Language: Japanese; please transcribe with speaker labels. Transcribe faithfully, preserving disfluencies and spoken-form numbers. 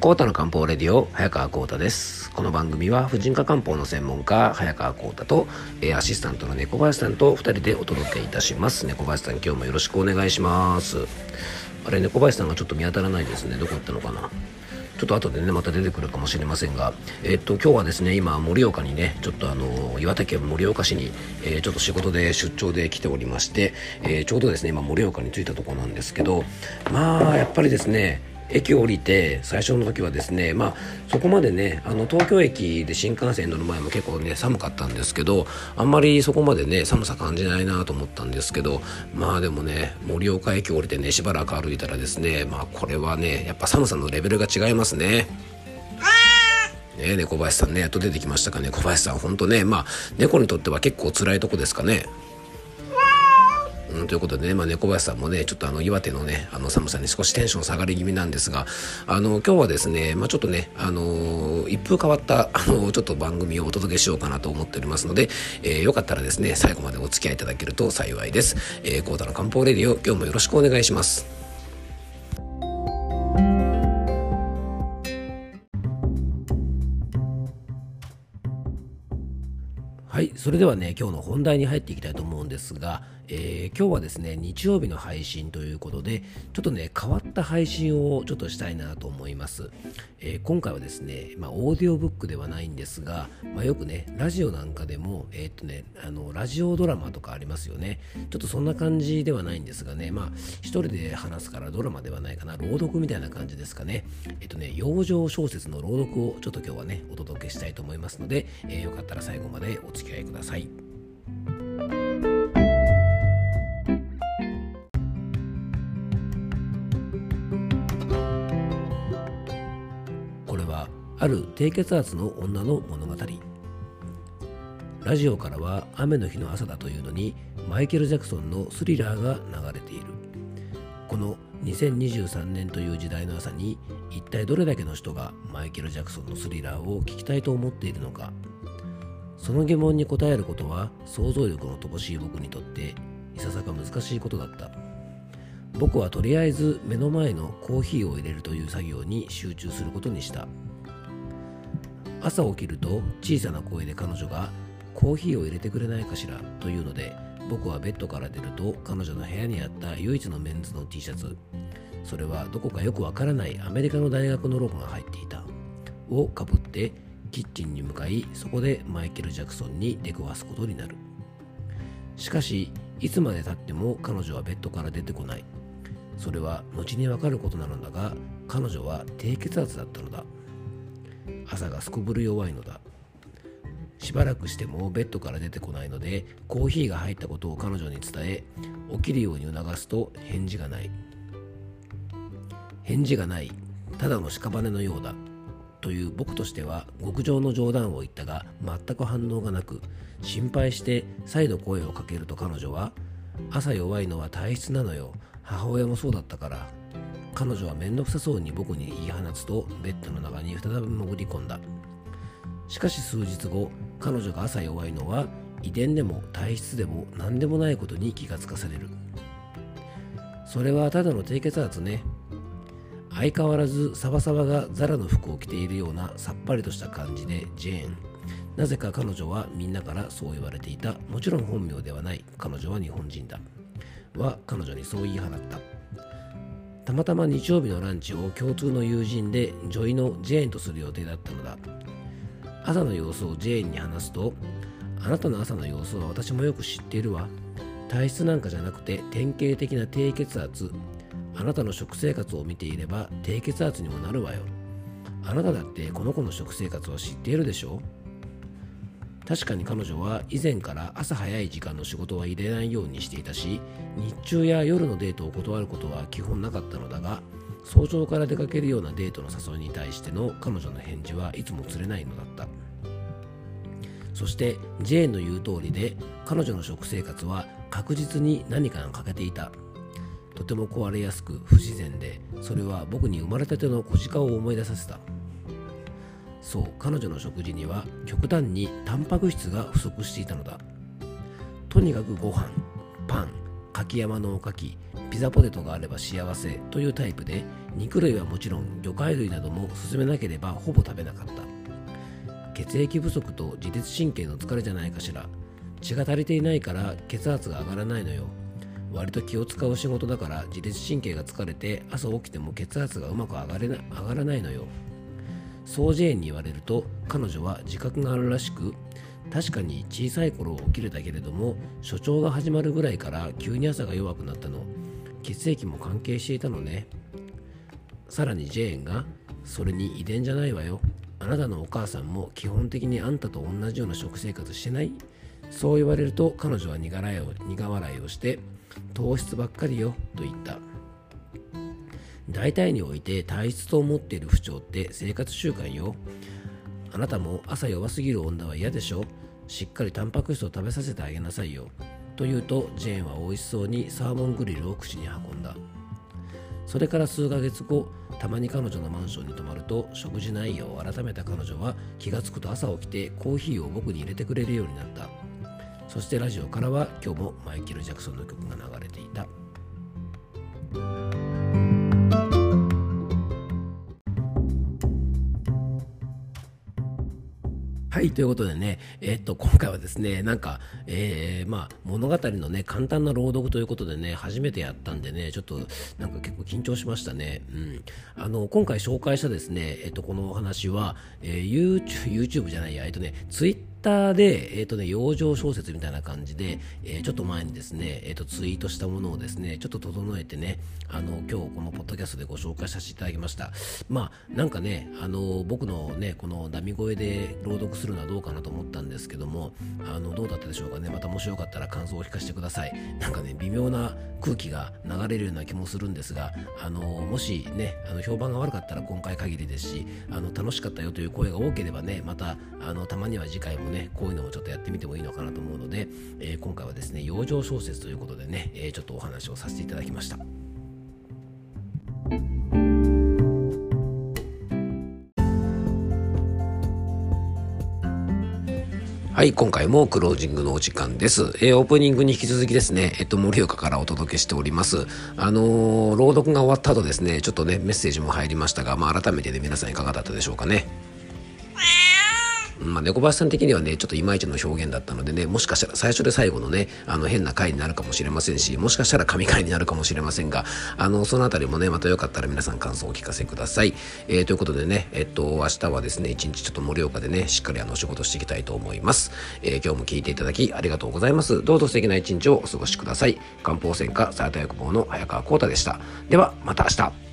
Speaker 1: コータの漢方レディオ早川コータです。この番組は婦人科漢方の専門家早川コータと、えー、アシスタントの猫林さんとふたりでお届けいたします。猫林さん、今日もよろしくお願いします。あれ、猫林さんがちょっと見当たらないですね。どこ行ったのかな。ちょっと後でねまた出てくるかもしれませんが、えっと今日はですね、今盛岡にねちょっとあの岩手県盛岡市に、えー、ちょっと仕事で出張で来ておりまして、えー、ちょうどですね今盛岡に着いたところなんですけど、まあやっぱりですね駅降りて最初の時はですね、まあそこまでねあの東京駅で新幹線乗る前も結構ね寒かったんですけど、あんまりそこまでね寒さ感じないなと思ったんですけど、まあでもね盛岡駅降りてねしばらく歩いたらですね、まあこれはねやっぱ寒さのレベルが違いますね。ね、猫林さんねやっと出てきましたかね。小林さん本当ね、まあ猫にとっては結構辛いとこですかね。うん、ということでね、まあ、猫林さんもねちょっとあの岩手のねあの寒さに少しテンション下がり気味なんですが、あの今日はですね、まあ、ちょっとね、あのー、一風変わったあのちょっと番組をお届けしようかなと思っておりますので、えー、よかったらですね最後までお付き合いいただけると幸いです。えー、コータの漢方レディオ、今日もよろしくお願いします。はい、それではね今日の本題に入っていきたいと思うんですが、えー、今日はですね日曜日の配信ということでちょっとね変わった配信をちょっとしたいなと思います。えー、今回はですね、まあ、オーディオブックではないんですが、まあ、よくねラジオなんかでも、えーっとね、あのラジオドラマとかありますよね。ちょっとそんな感じではないんですがね、まあ一人で話すからドラマではないかな、朗読みたいな感じですかね。えーっとね養生小説の朗読をちょっと今日はねお届けしたいと思いますので、えー、よかったら最後までお付き合いください。これはある低血圧の女の物語。ラジオからは雨の日の朝だというのにマイケル・ジャクソンのスリラーが流れている。このにせんにじゅうさんねんという時代の朝に一体どれだけの人がマイケル・ジャクソンのスリラーを聞きたいと思っているのか。その疑問に答えることは想像力の乏しい僕にとっていささか難しいことだった。僕はとりあえず目の前のコーヒーを入れるという作業に集中することにした。朝起きると小さな声で彼女がコーヒーを入れてくれないかしらというので、僕はベッドから出ると彼女の部屋にあった唯一のメンズの T シャツ、それはどこかよくわからないアメリカの大学のロゴが入っていたをかぶってキッチンに向かい、そこでマイケル・ジャクソンに出くわすことになる。しかしいつまで経っても彼女はベッドから出てこない。それは後にわかることなのだが、彼女は低血圧だったのだ。朝がすこぶる弱いのだ。しばらくしてもベッドから出てこないので、コーヒーが入ったことを彼女に伝え起きるように促すと返事がない。返事がない、ただの屍のようだという僕としては極上の冗談を言ったが、全く反応がなく、心配して再度声をかけると彼女は、朝弱いのは体質なのよ、母親もそうだったから。彼女はめんどくさそうに僕に言い放つとベッドの中に再び潜り込んだ。しかし数日後、彼女が朝弱いのは遺伝でも体質でも何でもないことに気がつかされる。それはただの低血圧ね。相変わらずサバサバがザラの服を着ているようなさっぱりとした感じでジェーン。なぜか彼女はみんなからそう言われていた。もちろん本名ではない。彼女は日本人だ。は彼女にそう言い放った。たまたま日曜日のランチを共通の友人で女医のジェーンとする予定だったのだ。朝の様子をジェーンに話すと、あなたの朝の様子は私もよく知っているわ。体質なんかじゃなくて典型的な低血圧。あなたの食生活を見ていれば低血圧にもなるわよ。あなただってこの子の食生活を知っているでしょ。確かに彼女は以前から朝早い時間の仕事は入れないようにしていたし、日中や夜のデートを断ることは基本なかったのだが、早朝から出かけるようなデートの誘いに対しての彼女の返事はいつも釣れないのだった。そしてジェーンの言う通りで、彼女の食生活は確実に何かが欠けていた。とても壊れやすく不自然で、それは僕に生まれたての小鹿を思い出させた。そう、彼女の食事には極端にタンパク質が不足していたのだ。とにかくご飯、パン、か焼き山のおかき、ピザポテトがあれば幸せというタイプで、肉類はもちろん魚介類なども進めなければほぼ食べなかった。血液不足と自律神経の疲れじゃないかしら。血が足りていないから血圧が上がらないのよ。割と気を使う仕事だから自律神経が疲れて朝起きても血圧がうまく上がれな上がらないのよ。そうジェーンに言われると彼女は自覚があるらしく、確かに小さい頃起きれたけれども初潮が始まるぐらいから急に朝が弱くなったの。血液も関係していたのね。さらにジェーンが、それに遺伝じゃないわよ。あなたのお母さんも基本的にあんたと同じような食生活してない？そう言われると彼女は苦笑いを、苦笑いをして糖質ばっかりよと言った。大体において体質と思っている不調って生活習慣よ。あなたも朝弱すぎる女は嫌でしょ。しっかりタンパク質を食べさせてあげなさいよと言うと、ジェーンは美味しそうにサーモングリルを口に運んだ。それから数ヶ月後、たまに彼女のマンションに泊まると食事内容を改めた彼女は気がつくと朝起きてコーヒーを僕に入れてくれるようになった。そしてラジオからは今日もマイケル・ジャクソンの曲が流れていた。はい、ということでね、えー、っと今回はですね、なんか、えー、まあ物語のね簡単な朗読ということでね、初めてやったんでね、ちょっとなんか結構緊張しましたね。うん、あの今回紹介したですね、えー、っとこのお話は、えー、YouTube, YouTube じゃないや、えー、っとね Twitterで、えーとね、養生小説みたいな感じで、えー、ちょっと前にですね、えーとツイートしたものをですねちょっと整えてね、あの今日このポッドキャストでご紹介させていただきました。まあなんかね、あの僕のねこのダミ声で朗読するのはどうかなと思ったんですけども、あのどうだったでしょうかね。またもしよかったら感想を聞かせてください。なんかね微妙な空気が流れるような気もするんですが、あのもしねあの評判が悪かったら今回限りですし、あの楽しかったよという声が多ければね、またあのたまには次回もねこういうのもちょっとやってみてもいいのかなと思うので、えー、今回はですね養生小説ということでね、えー、ちょっとお話をさせていただきました。はい、今回もクロージングのお時間です。えー、オープニングに引き続きですね、えっと、盛岡からお届けしております。あのー、朗読が終わった後ですね、ちょっとね、メッセージも入りましたが、まあ、改めてね、皆さんいかがだったでしょうかね。まあ、猫林さん的にはねちょっといまいちの表現だったのでね、もしかしたら最初で最後のねあの変な回になるかもしれませんし、もしかしたら神回になるかもしれませんが、あのそのあたりもねまたよかったら皆さん感想をお聞かせください。えー、ということでね、えっと明日はですね一日ちょっと盛岡でねしっかりあの仕事していきたいと思います。えー、今日も聞いていただきありがとうございます。どうぞ素敵な一日をお過ごしください。漢方専科サラダ薬房の早川浩太でした。ではまた明日。